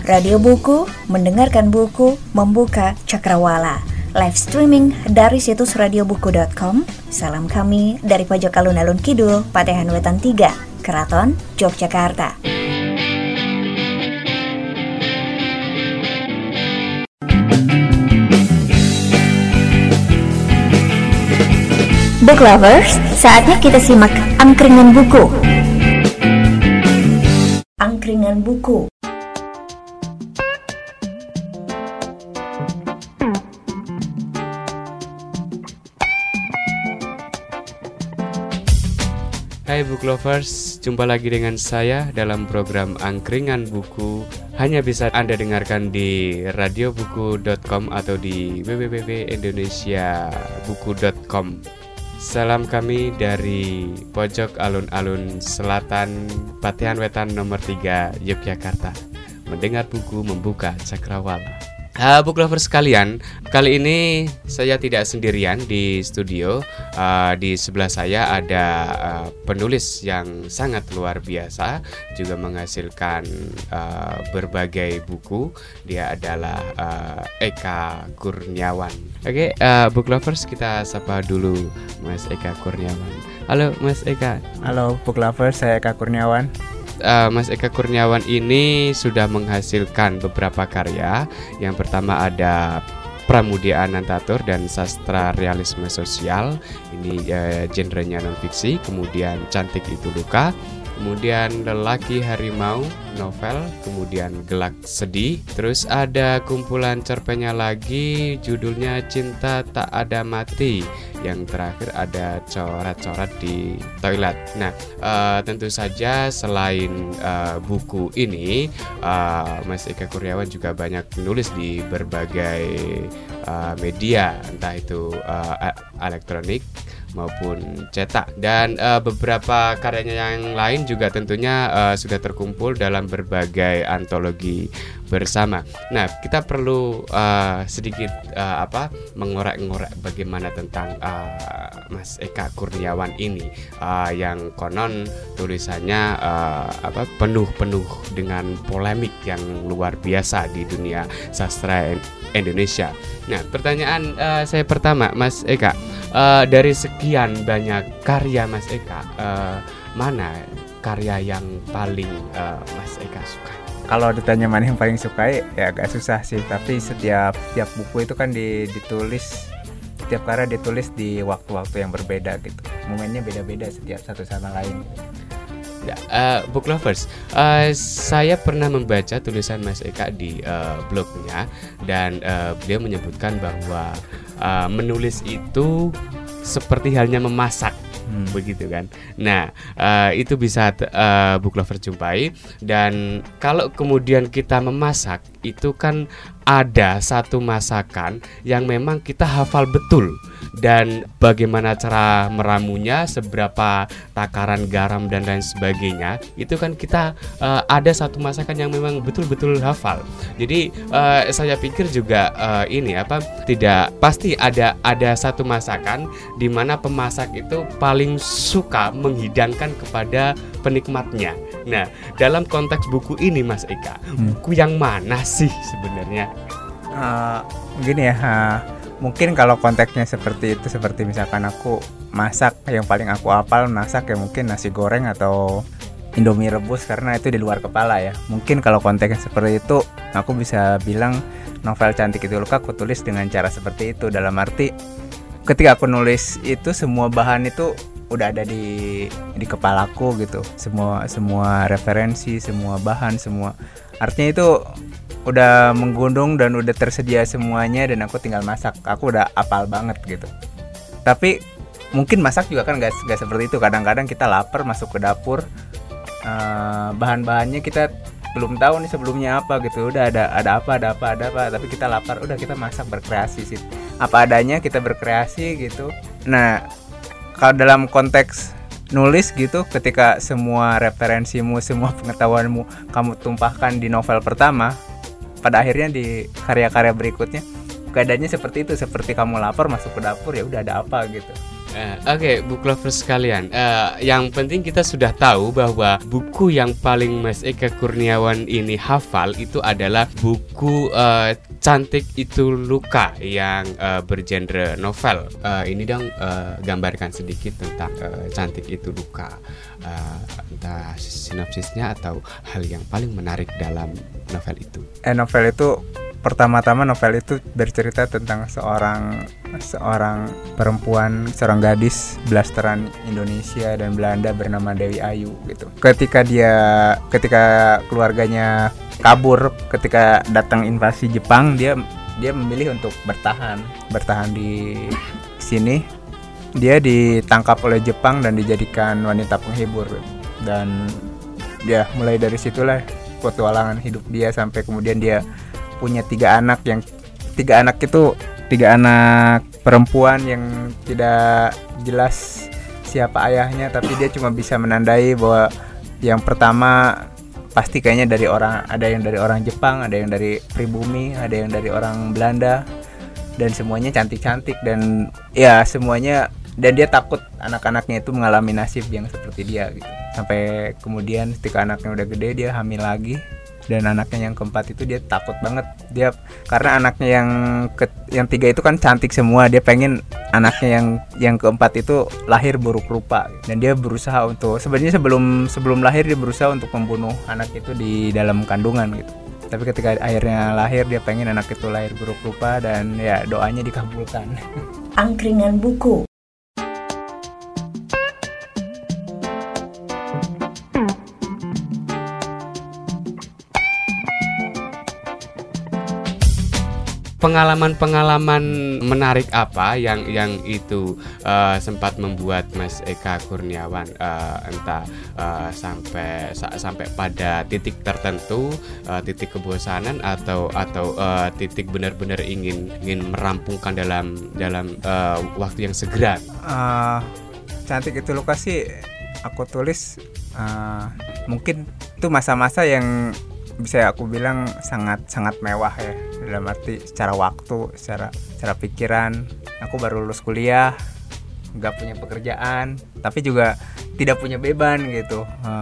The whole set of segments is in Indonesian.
Radio Buku, mendengarkan buku, membuka cakrawala. Live streaming dari situs radiobuku.com. Salam kami dari pojok alun-alun Kidul, Patehan Wetan 3, Keraton, Yogyakarta. Book lovers, saatnya kita simak angkringan buku. Angkringan buku. Hai book lovers, jumpa lagi dengan saya dalam program Angkringan Buku. Hanya bisa Anda dengarkan di radiobuku.com atau di www.indonesiabuku.com. Salam kami dari pojok alun-alun selatan Patehan Wetan nomor 3 Yogyakarta. Mendengar buku, membuka cakrawala. Book lovers sekalian, kali ini saya tidak sendirian di studio. Di sebelah saya ada penulis yang sangat luar biasa, juga menghasilkan berbagai buku. Dia adalah Eka Kurniawan. Oke, book lovers, kita sapa dulu Mas Eka Kurniawan. Halo Mas Eka. Halo book lovers, saya Eka Kurniawan. Mas Eka Kurniawan ini sudah menghasilkan beberapa karya. Yang pertama ada Pramudia Anantatur dan Sastra Realisme Sosial. Ini genrenya non-fiksi. Kemudian Cantik Itu Luka. Kemudian Lelaki Harimau, novel. Kemudian Gelak Sedih. Terus ada kumpulan cerpennya lagi, judulnya Cinta Tak Ada Mati. Yang terakhir ada Coret-coret di Toilet. Nah, tentu saja selain buku ini, Mas Eka Kurniawan juga banyak menulis di berbagai media, entah itu elektronik maupun cetak, dan beberapa karyanya yang lain juga tentunya sudah terkumpul dalam berbagai antologi bersama. Nah, kita perlu sedikit mengorek-ngorek bagaimana tentang Mas Eka Kurniawan ini, yang konon tulisannya penuh dengan polemik yang luar biasa di dunia sastra Indonesia. Nah, pertanyaan saya pertama, Mas Eka, dari sekian banyak karya Mas Eka, mana karya yang paling Mas Eka suka? Kalau ditanya mana yang paling sukai, ya agak susah sih. Tapi setiap buku itu kan ditulis, setiap karya ditulis di waktu-waktu yang berbeda gitu. Momennya beda-beda setiap satu sama lain. Book lovers, saya pernah membaca tulisan Mas Eka di blognya, dan beliau menyebutkan bahwa menulis itu seperti halnya memasak. Begitu kan. Nah, itu bisa book lover jumpai. Dan kalau kemudian kita memasak, itu kan ada satu masakan yang memang kita hafal betul, dan bagaimana cara meramunya, seberapa takaran garam dan lain sebagainya, itu kan kita ada satu masakan yang memang betul-betul hafal. Jadi saya pikir juga tidak pasti ada satu masakan di mana pemasak itu paling suka menghidangkan kepada penikmatnya. Nah, dalam konteks buku ini Mas Eka, buku yang mana sih sebenarnya? Gini ya, mungkin kalau konteksnya seperti itu, seperti misalkan aku masak, yang paling aku hafal masak ya mungkin nasi goreng atau Indomie rebus, karena itu di luar kepala ya. Mungkin kalau konteksnya seperti itu, aku bisa bilang novel Cantik Itu Luka aku tulis dengan cara seperti itu. Dalam arti ketika aku nulis itu, semua bahan itu udah ada di kepalaku gitu. Semua referensi, semua bahan, semua artinya itu udah menggundung dan udah tersedia semuanya, dan aku tinggal masak. Aku udah apal banget gitu. Tapi mungkin masak juga kan gak seperti itu. Kadang-kadang kita lapar masuk ke dapur, bahan-bahannya kita belum tahu nih sebelumnya apa gitu. Udah ada apa, tapi kita lapar, udah kita masak, berkreasi sih. Apa adanya kita berkreasi gitu. Nah, kalau dalam konteks nulis gitu, ketika semua referensimu, semua pengetahuanmu kamu tumpahkan di novel pertama, pada akhirnya di karya-karya berikutnya keadaannya seperti itu, seperti kamu lapar masuk ke dapur, ya udah ada apa gitu. Oke, book lovers sekalian, yang penting kita sudah tahu bahwa buku yang paling Mas Eka Kurniawan ini hafal itu adalah buku Cantik Itu Luka yang bergenre novel. Ini dong, gambarkan sedikit tentang Cantik Itu Luka, entah sinopsisnya atau hal yang paling menarik dalam novel itu. Novel itu pertama-tama novel itu bercerita tentang seorang perempuan, seorang gadis blasteran Indonesia dan Belanda bernama Dewi Ayu gitu. Ketika keluarganya kabur ketika datang invasi Jepang, dia memilih untuk bertahan di sini. Dia ditangkap oleh Jepang dan dijadikan wanita penghibur, dan dia mulai dari situlah petualangan hidup dia sampai kemudian dia punya tiga anak perempuan yang tidak jelas siapa ayahnya, tapi dia cuma bisa menandai bahwa yang pertama pasti kayaknya ada yang dari orang Jepang, ada yang dari pribumi, ada yang dari orang Belanda, dan semuanya cantik-cantik dan ya semuanya, dan dia takut anak-anaknya itu mengalami nasib yang seperti dia gitu. Sampai kemudian ketika anaknya udah gede, dia hamil lagi. Dan anaknya yang keempat itu dia takut banget, dia karena anaknya yang tiga itu kan cantik semua, dia pengen anaknya yang keempat itu lahir buruk rupa, dan dia berusaha untuk sebenarnya sebelum lahir dia berusaha untuk membunuh anak itu di dalam kandungan gitu. Tapi ketika akhirnya lahir, dia pengen anak itu lahir buruk rupa, dan ya doanya dikabulkan. Angkringan buku. Pengalaman menarik apa yang itu sempat membuat Mas Eka Kurniawan entah sampai pada titik tertentu, titik kebosanan atau titik benar-benar ingin merampungkan dalam waktu yang segera? Cantik Itu Luka sih aku tulis mungkin itu masa-masa yang bisa aku bilang sangat mewah ya, dalam arti secara waktu, secara pikiran. Aku baru lulus kuliah, nggak punya pekerjaan, tapi juga tidak punya beban gitu.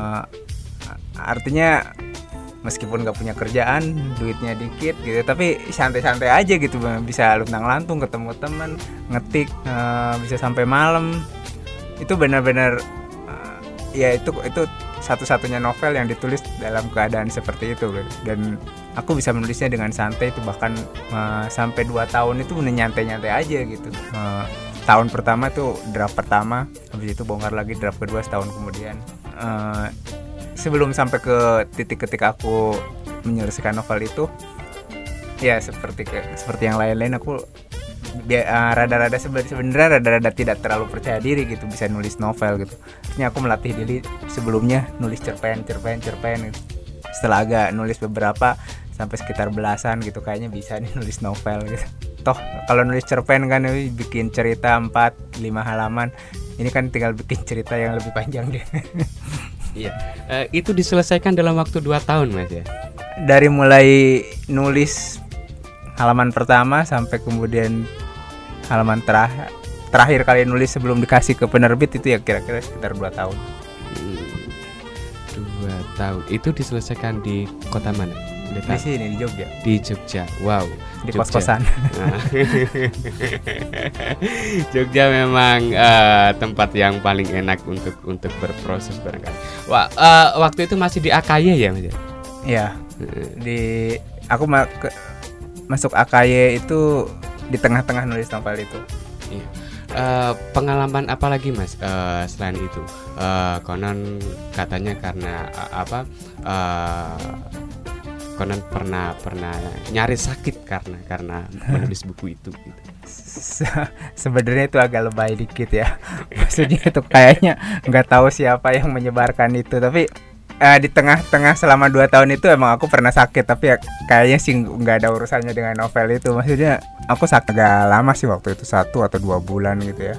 Artinya meskipun nggak punya kerjaan, duitnya dikit gitu, tapi santai-santai aja gitu, bisa luntang-lantung ketemu teman, ngetik, bisa sampai malam. Itu benar-benar ya itu satu-satunya novel yang ditulis dalam keadaan seperti itu, dan aku bisa menulisnya dengan santai. Itu bahkan sampai 2 tahun itu nyantai-nyantai aja gitu. Tahun pertama tuh draft pertama, habis itu bongkar lagi draft kedua setahun kemudian. Sebelum sampai ke titik ketika aku menyelesaikan novel itu, ya seperti yang lain-lain, aku sebenarnya rada-rada tidak terlalu percaya diri gitu bisa nulis novel gitu. Artinya aku melatih diri sebelumnya nulis cerpen gitu. Setelah agak nulis beberapa sampai sekitar belasan gitu, kayaknya bisa nih nulis novel gitu. Toh kalau nulis cerpen kan bikin cerita 4-5 halaman, ini kan tinggal bikin cerita yang lebih panjang deh. Iya. Itu diselesaikan dalam waktu 2 tahun Mas ya? Dari mulai nulis halaman pertama sampai kemudian halaman terakhir kali nulis sebelum dikasih ke penerbit itu ya kira-kira sekitar 2 tahun. 2 tahun. Itu diselesaikan di kota mana? Di sini, di Jogja. Di Jogja. Wow. Di kos-kosan. Jogja memang tempat yang paling enak untuk berproses barangkali. Wah, waktu itu masih di AKY ya Mas? Iya. Aku masuk AKY itu di tengah-tengah nulis novel itu. Iya. Pengalaman apa lagi Mas selain itu? Konon katanya karena konon pernah nyaris sakit karena menulis buku itu gitu. Sebenarnya itu agak lebay dikit ya. Maksudnya itu kayaknya nggak tahu siapa yang menyebarkan itu, tapi di tengah-tengah selama 2 tahun itu emang aku pernah sakit, tapi ya kayaknya sih nggak ada urusannya dengan novel itu. Maksudnya aku sakit agak lama sih waktu itu, 1 atau 2 bulan gitu ya.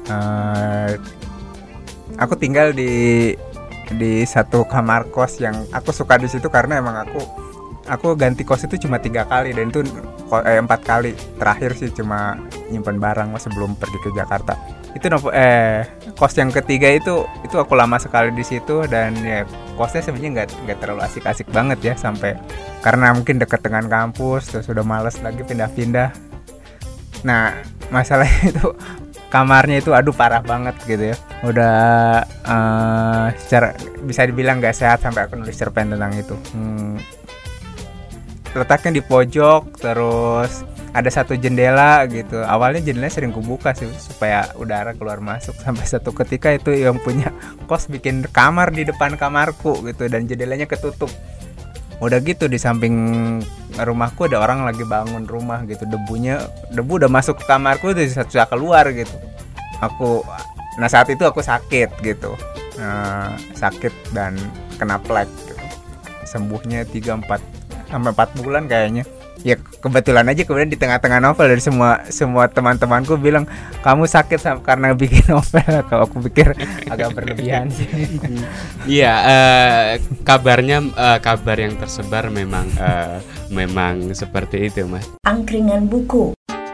Aku tinggal di satu kamar kos yang aku suka di situ karena emang aku ganti kos itu cuma 3 kali, dan itu 4 kali terakhir sih cuma nyimpen barang sebelum pergi ke Jakarta. kos yang ketiga itu aku lama sekali di situ, dan ya kosnya sebenarnya nggak terlalu asik-asik banget ya, sampai karena mungkin dekat dengan kampus terus udah males lagi pindah-pindah. Nah masalahnya itu kamarnya itu aduh parah banget gitu ya, udah secara bisa dibilang nggak sehat, sampai aku nulis cerpen tentang itu. Letaknya di pojok, terus ada satu jendela gitu. Awalnya jendelanya sering kubuka sih supaya udara keluar masuk, sampai satu ketika itu yang punya kos bikin kamar di depan kamarku gitu, dan jendelanya ketutup. Udah gitu di samping rumahku ada orang lagi bangun rumah gitu, debu udah masuk ke kamarku, udah susah keluar gitu. Saat itu aku sakit gitu, sakit dan kena plek gitu. Sembuhnya 3-4 sampai 4 bulan kayaknya. Ya kebetulan aja kemudian di tengah-tengah novel dari semua teman-temanku bilang kamu sakit karena bikin novel. Kalau aku pikir agak berlebihan sih. Iya, kabarnya kabar yang tersebar memang seperti itu, Mas. Angkringan buku.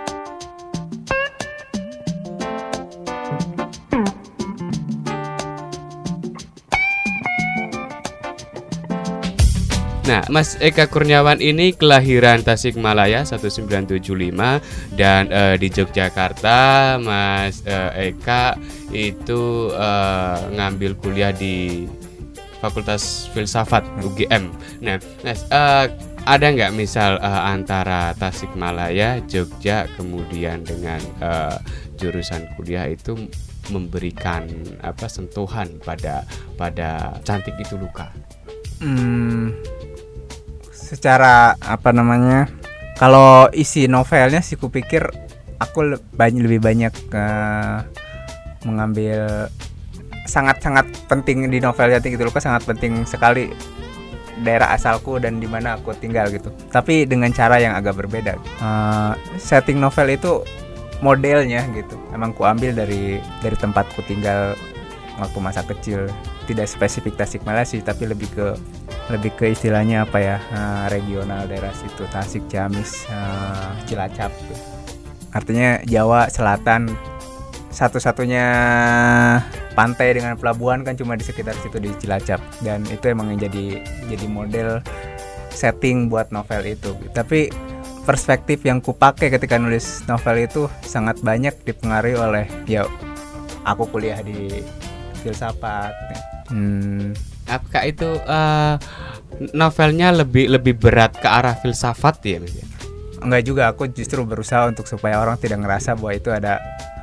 Nah, Mas Eka Kurniawan ini kelahiran Tasikmalaya 1975 dan di Yogyakarta Mas Eka itu ngambil kuliah di Fakultas Filsafat UGM. Nah, Mas, ada nggak misal antara Tasikmalaya, Jogja, kemudian dengan jurusan kuliah itu memberikan sentuhan pada Cantik Itu Luka? Secara kalau isi novelnya sih kupikir aku lebih banyak mengambil sangat-sangat penting di novel Cantik Itu Luka, sangat penting sekali daerah asalku dan di mana aku tinggal gitu, tapi dengan cara yang agak berbeda. Setting novel itu modelnya gitu emang kuambil dari tempatku tinggal waktu masa kecil, tidak spesifik Tasikmalaya sih, tapi lebih ke istilahnya regional daerah situ, Tasik, Ciamis, Cilacap gitu. Artinya Jawa Selatan, satu-satunya pantai dengan pelabuhan kan cuma di sekitar situ, di Cilacap, dan itu emang yang jadi model setting buat novel itu. Tapi perspektif yang kupakai ketika nulis novel itu sangat banyak dipengaruhi oleh aku kuliah di filsafat. Apakah itu novelnya lebih berat ke arah filsafat ya, Mas? Enggak juga, aku justru berusaha untuk supaya orang tidak ngerasa bahwa itu ada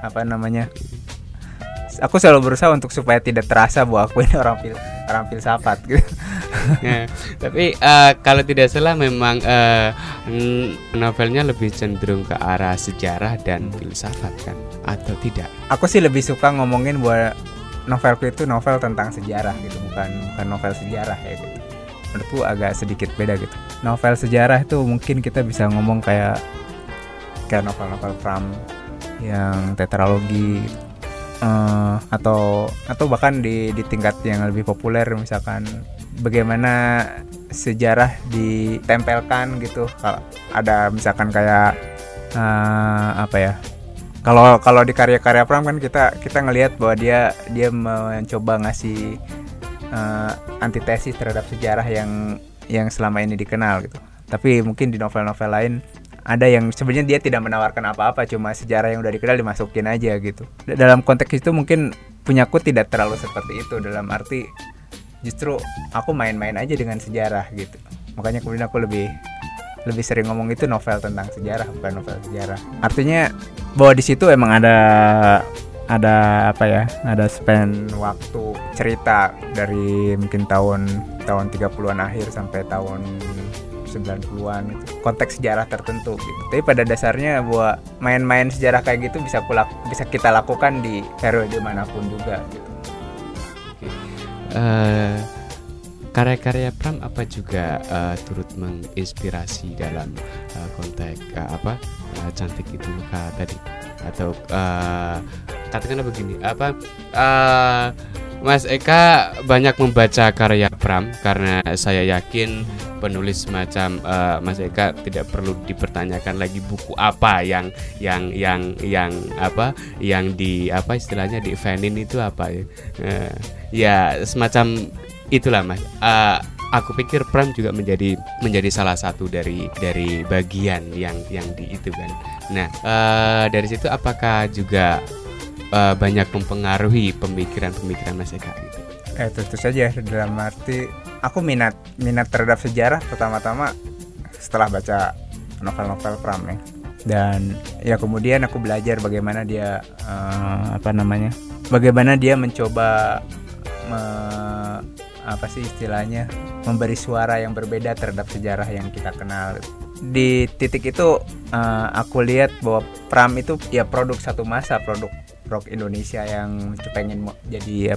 aku selalu berusaha untuk supaya tidak terasa bahwa aku ini orang filsafat gitu. Nah, tapi kalau tidak salah memang novelnya lebih cenderung ke arah sejarah dan filsafat kan, atau tidak? Aku sih lebih suka ngomongin bahwa novelku itu novel tentang sejarah gitu, bukan novel sejarah ya gitu. Menurutku agak sedikit beda gitu. Novel sejarah itu mungkin kita bisa ngomong kayak novel-novel Pram yang tetralogi gitu. Atau bahkan di tingkat yang lebih populer, misalkan bagaimana sejarah ditempelkan gitu. Kalau ada misalkan kayak kalau di karya-karya Pram kan kita ngelihat bahwa dia mencoba ngasih antitesis terhadap sejarah yang selama ini dikenal gitu. Tapi mungkin di novel-novel lain ada yang sebenarnya dia tidak menawarkan apa-apa, cuma sejarah yang udah dikenal dimasukin aja gitu. Dalam konteks itu mungkin punyaku tidak terlalu seperti itu, dalam arti justru aku main-main aja dengan sejarah gitu. Makanya kemudian aku lebih sering ngomong itu novel tentang sejarah, bukan novel sejarah. Artinya bahwa di situ emang ada spend waktu cerita dari mungkin tahun 30-an akhir sampai tahun 90-an gitu. Konteks sejarah tertentu gitu. Tapi pada dasarnya bahwa main-main sejarah kayak gitu bisa kita lakukan di periode manapun juga gitu. Karya-karya Pram apa juga turut menginspirasi dalam konteks Cantik Itu Luka tadi, atau katakanlah begini, Mas Eka banyak membaca karya Pram karena saya yakin penulis semacam Mas Eka tidak perlu dipertanyakan lagi buku apa yang di apa istilahnya di evenin itu apa ya. Ya semacam itulah Mas. Aku pikir Pram juga menjadi salah satu dari bagian yang di itu kan. Nah, dari situ apakah juga banyak mempengaruhi pemikiran Mas Eka gitu? Tentu saja, dalam arti aku minat terhadap sejarah pertama-tama setelah baca novel-novel Pram ya. Dan ya kemudian aku belajar bagaimana dia bagaimana dia mencoba memberi suara yang berbeda terhadap sejarah yang kita kenal. Di titik itu aku lihat bahwa Pram itu ya produk satu masa, produk rock Indonesia yang pengen jadi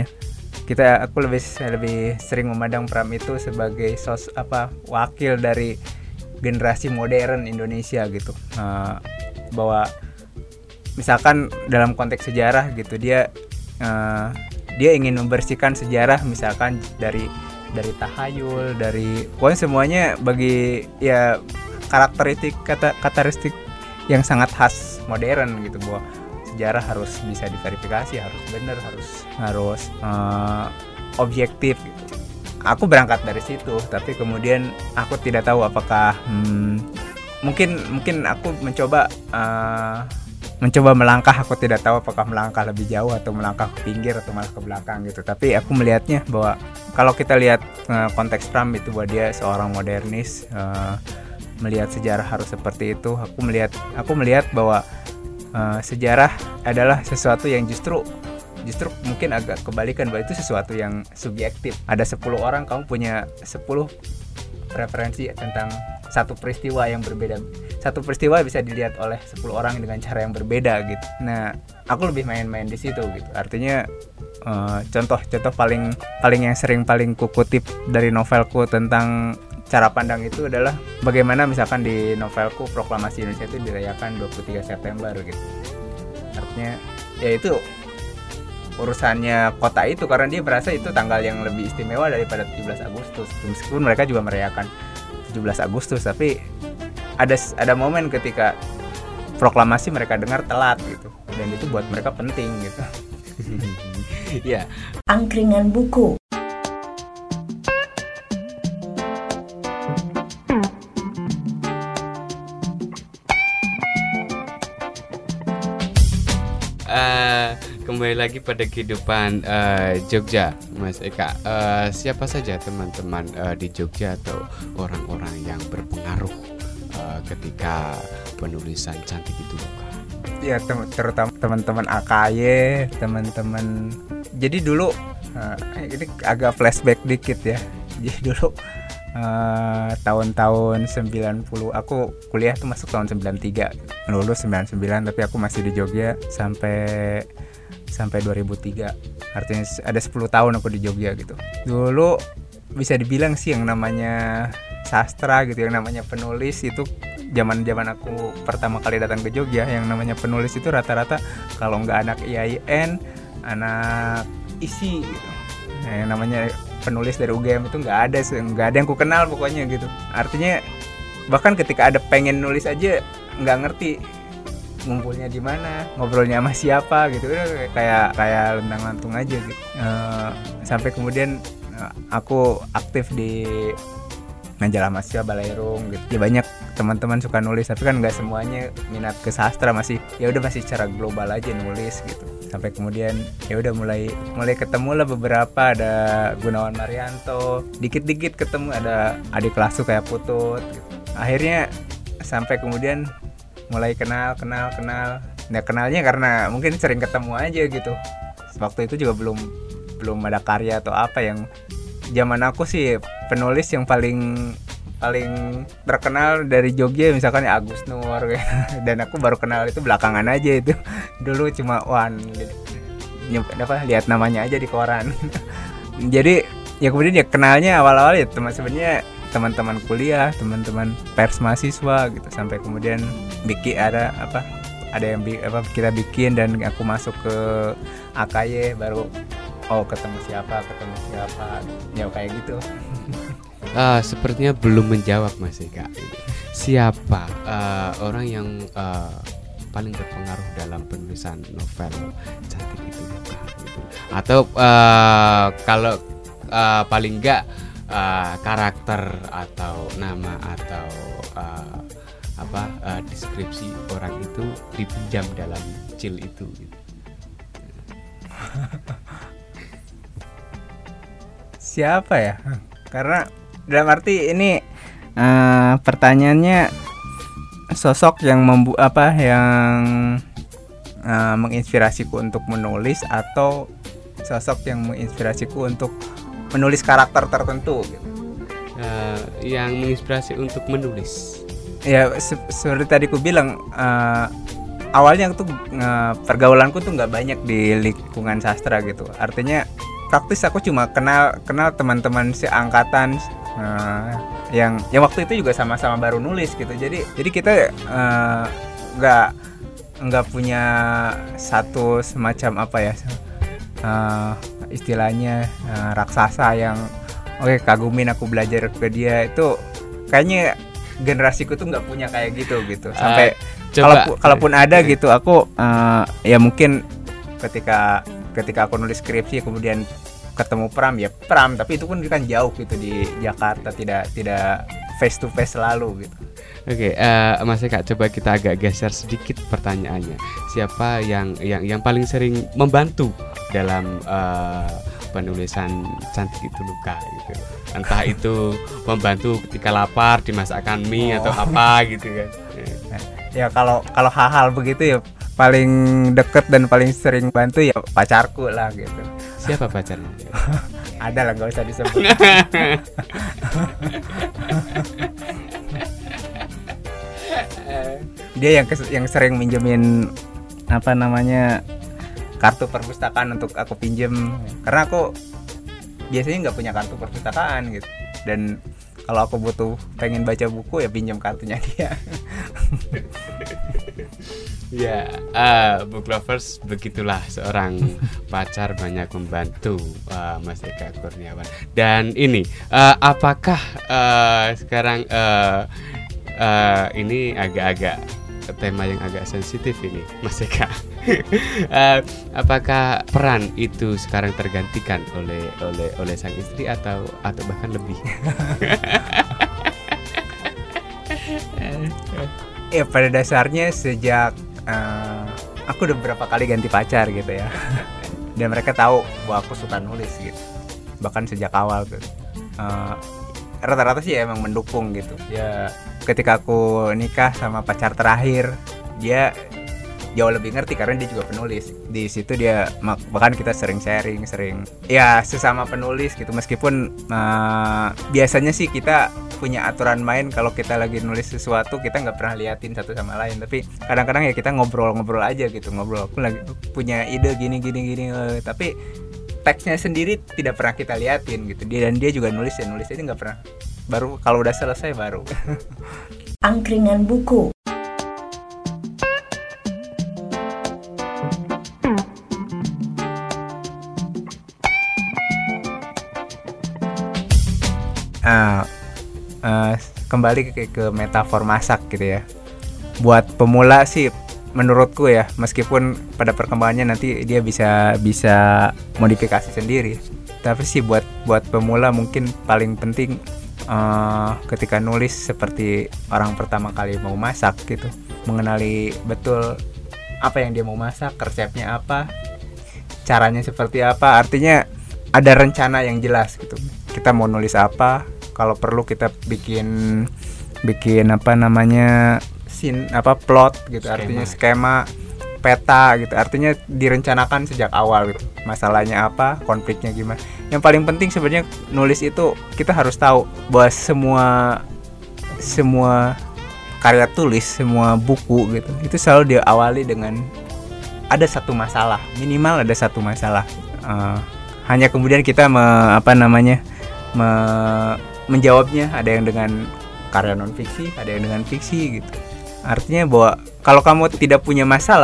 aku lebih sering memandang Pram itu sebagai wakil dari generasi modern Indonesia gitu. Bahwa misalkan dalam konteks sejarah gitu dia ingin membersihkan sejarah misalkan dari tahayul, dari pokoknya semuanya bagi ya karakteristik yang sangat khas modern gitu, bahwa sejarah harus bisa diverifikasi, harus benar, harus objektif gitu. Aku berangkat dari situ, tapi kemudian aku tidak tahu apakah mungkin aku mencoba melangkah, aku tidak tahu apakah melangkah lebih jauh atau melangkah ke pinggir atau malah ke belakang gitu. Tapi aku melihatnya bahwa kalau kita lihat konteks Pram itu bahwa dia seorang modernis, melihat sejarah harus seperti itu. Aku melihat bahwa sejarah adalah sesuatu yang justru mungkin agak kebalikan, bahwa itu sesuatu yang subjektif. Ada 10 orang, kamu punya 10 preferensi tentang satu peristiwa yang berbeda. Satu peristiwa bisa dilihat oleh 10 orang dengan cara yang berbeda gitu. Nah, aku lebih main-main di situ gitu. Artinya contoh paling yang paling kukutip dari novelku tentang cara pandang itu adalah bagaimana misalkan di novelku Proklamasi Indonesia itu dirayakan 23 September gitu. Artinya ya itu urusannya kota itu, karena dia merasa itu tanggal yang lebih istimewa daripada 17 Agustus. Meskipun mereka juga merayakan 17 Agustus, tapi ada momen ketika proklamasi mereka dengar telat gitu, dan itu buat mereka penting gitu. Ya. Angkringan buku. Kembali lagi pada kehidupan Jogja, Mas Eka. Siapa saja teman-teman di Jogja atau orang-orang yang berpengaruh ketika penulisan Cantik Itu Luka? Ya, terutama teman-teman AKY, teman-teman. Jadi dulu ini agak flashback dikit ya. Jadi dulu tahun-tahun 90, aku kuliah tuh masuk tahun 93, lulus 99, tapi aku masih di Jogja sampai 2003. Artinya ada 10 tahun aku di Jogja gitu. Dulu bisa dibilang sih yang namanya sastra gitu, yang namanya penulis itu zaman aku pertama kali datang ke Jogja, yang namanya penulis itu rata-rata kalau nggak anak IAIN, anak ISI gitu. Nah, yang namanya penulis dari UGM itu nggak ada yang ku kenal pokoknya gitu. Artinya bahkan ketika ada pengen nulis aja nggak ngerti ngumpulnya di mana, ngobrolnya sama siapa gitu, kayak lentang-lantung aja gitu. Sampai kemudian aku aktif di majalah mahasiswa Balairung gitu. Ya banyak teman-teman suka nulis, tapi kan nggak semuanya minat ke sastra, masih secara global aja nulis gitu. Sampai kemudian ya udah mulai ketemu lah beberapa, ada Gunawan Marianto, dikit-dikit ketemu, ada adik kelasku kayak Putut gitu. Akhirnya sampai kemudian mulai kenal. Nah, kenalnya karena mungkin sering ketemu aja gitu. Waktu itu juga belum ada karya atau apa yang zaman aku sih. Penulis yang paling terkenal dari Jogja misalkan ya Agus Nur gitu. Dan aku baru kenal itu belakangan aja itu. Dulu cuma lihat namanya aja di koran. Jadi ya kemudian ya kenalnya awal-awal ya sebenarnya teman-teman kuliah, teman-teman pers mahasiswa gitu, sampai kemudian ada yang kita bikin dan aku masuk ke AKY, baru oh ketemu siapa ya kayak gitu. Sepertinya belum menjawab Mas Eka. Siapa orang yang paling berpengaruh dalam penulisan novel Cantik Itu Luka gitu. Atau kalau paling enggak karakter atau nama atau deskripsi orang itu dipinjam dalam Cil itu gitu. Siapa ya? Karena dalam arti ini pertanyaannya sosok yang menginspirasiku untuk menulis atau sosok yang menginspirasiku untuk menulis karakter tertentu gitu. Yang menginspirasi untuk menulis. Ya seperti tadi ku bilang, awalnya tuh pergaulanku tuh nggak banyak di lingkungan sastra gitu. Artinya praktis aku cuma kenal teman-teman seangkatan yang waktu itu juga sama-sama baru nulis gitu. Jadi kita nggak punya satu semacam istilahnya raksasa yang kagumin aku belajar ke dia. Itu kayaknya generasiku tuh nggak punya kayak gitu sampai kalaupun ada gitu aku ya mungkin ketika aku nulis skripsi kemudian ketemu Pram tapi itu pun kan jauh gitu di Jakarta, tidak face to face selalu gitu. Oke, Mas Eka, coba kita agak geser sedikit pertanyaannya. Siapa yang paling sering membantu dalam penulisan Cantik Itu Luka gitu? Entah itu membantu ketika lapar dimasakkan mie atau apa gitu kan. Ya kalau hal-hal begitu ya paling deket dan paling sering bantu ya pacarku lah gitu. Siapa pacarnya? Ada lah, nggak usah disebut. Dia yang sering minjemin kartu perpustakaan untuk aku pinjem, karena aku biasanya nggak punya kartu perpustakaan gitu, dan kalau aku pengen baca buku ya pinjam kartunya dia. Ya, book lovers begitulah, seorang pacar banyak membantu Mas Eka Kurniawan. Dan ini apakah sekarang ini agak-agak tema yang agak sensitif ini Mas Eka. Apakah peran itu sekarang tergantikan oleh sang istri atau bahkan lebih? Ya pada dasarnya sejak aku udah beberapa kali ganti pacar gitu ya. Dan mereka tahu bahwa aku suka nulis gitu. Bahkan sejak awal tuh. Rata-rata sih emang mendukung gitu. Ya ketika aku nikah sama pacar terakhir, dia jauh lebih ngerti karena dia juga penulis. Di situ dia bahkan kita sering sharing ya sesama penulis gitu. Meskipun biasanya sih kita punya aturan main, kalau kita lagi nulis sesuatu kita nggak pernah liatin satu sama lain, tapi kadang-kadang ya kita ngobrol aja gitu. Aku lagi punya ide gini tapi teksnya sendiri tidak pernah kita liatin gitu. Dan dia juga nulis aja nggak pernah. Baru kalau udah selesai baru. Angkringan buku. Kembali ke metafor masak gitu ya. Buat pemula sih menurutku ya, meskipun pada perkembangannya nanti dia bisa modifikasi sendiri, tapi sih buat pemula mungkin paling penting ketika nulis seperti orang pertama kali mau masak gitu, mengenali betul apa yang dia mau masak, resepnya apa, caranya seperti apa. Artinya ada rencana yang jelas gitu. Kita mau nulis apa, kalau perlu kita bikin plot gitu, artinya skema, peta gitu, artinya direncanakan sejak awal gitu. Masalahnya apa, konfliknya gimana. Yang paling penting sebenarnya nulis itu kita harus tahu bahwa semua karya tulis, semua buku gitu, itu selalu diawali dengan ada satu masalah, minimal ada satu masalah. Hanya kemudian kita menjawabnya, ada yang dengan karya non fiksi, ada yang dengan fiksi gitu. Artinya bahwa kalau kamu tidak punya masalah,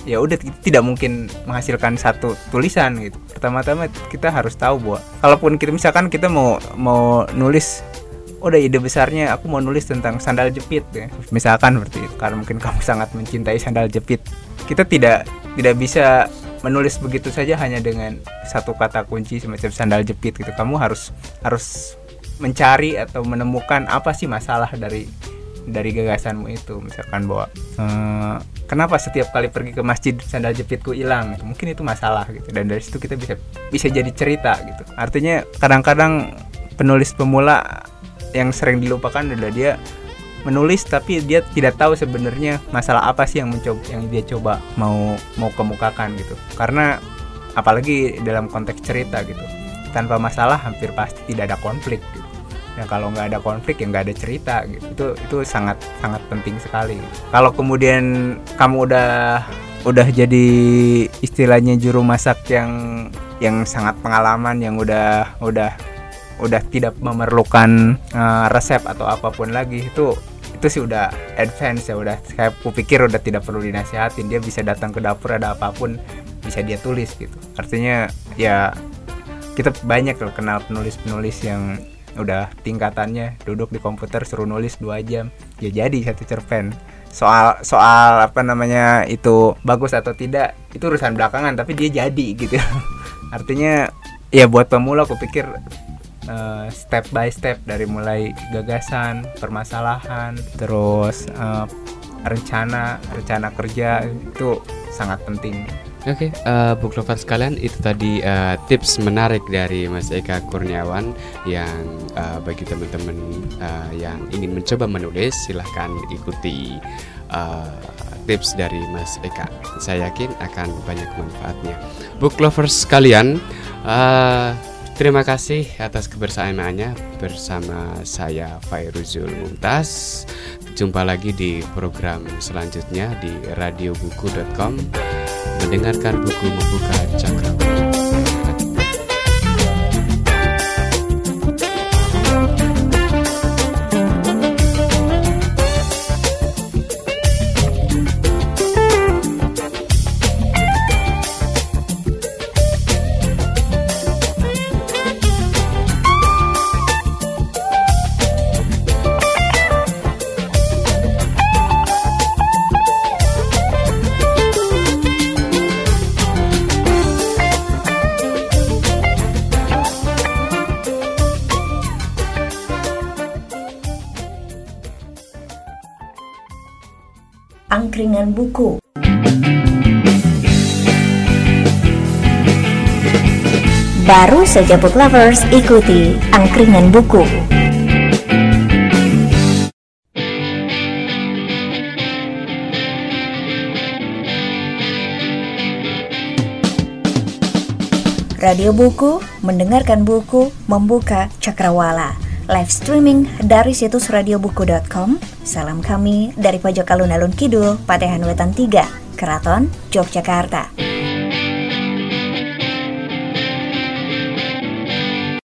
ya udah tidak mungkin menghasilkan satu tulisan gitu. Pertama-tama kita harus tahu bahwa kalaupun kita mau nulis, udah ide besarnya aku mau nulis tentang sandal jepit ya, misalkan seperti itu, karena mungkin kamu sangat mencintai sandal jepit. Kita tidak bisa menulis begitu saja hanya dengan satu kata kunci semacam sandal jepit gitu. Kamu harus mencari atau menemukan apa sih masalah dari gagasanmu itu. Misalkan bahwa kenapa setiap kali pergi ke masjid sandal jepitku hilang gitu. Mungkin itu masalah gitu, dan dari situ kita bisa jadi cerita gitu. Artinya kadang-kadang penulis pemula yang sering dilupakan adalah dia menulis tapi dia tidak tahu sebenarnya masalah apa sih yang dia coba mau kemukakan gitu. Karena apalagi dalam konteks cerita gitu, tanpa masalah hampir pasti tidak ada konflik gitu. Ya kalau nggak ada konflik ya nggak ada cerita gitu. Itu sangat penting sekali. Kalau kemudian kamu udah jadi istilahnya juru masak yang sangat pengalaman, yang udah tidak memerlukan resep atau apapun lagi, itu sih udah advance ya, udah kayak aku pikir udah tidak perlu dinasihatin. Dia bisa datang ke dapur, ada apapun bisa dia tulis gitu. Artinya ya kita banyak loh kenal penulis yang udah tingkatannya duduk di komputer suruh nulis 2 jam ya jadi satu cerpen. Soal apa namanya itu bagus atau tidak itu urusan belakangan, tapi dia jadi gitu. Artinya ya buat pemula aku pikir step by step, dari mulai gagasan, permasalahan, terus rencana kerja itu sangat penting. Oke, book lovers sekalian, itu tadi tips menarik dari Mas Eka Kurniawan yang bagi teman-teman yang ingin mencoba menulis, silahkan ikuti tips dari Mas Eka. Saya yakin akan banyak manfaatnya. Book lovers sekalian, terima kasih atas kebersamaannya bersama saya Fairuzul Mumtaz. Jumpa lagi di program selanjutnya di radiobuku.com. Mendengarkan buku membuka cakrawala. Angkringan buku. Baru saja book lovers, ikuti Angkringan Buku. Radio Buku, mendengarkan buku, membuka cakrawala. Live streaming dari situs radiobuku.com. Salam kami dari pojok alun-alun kidul, Patehan Wetan 3, Keraton, Yogyakarta.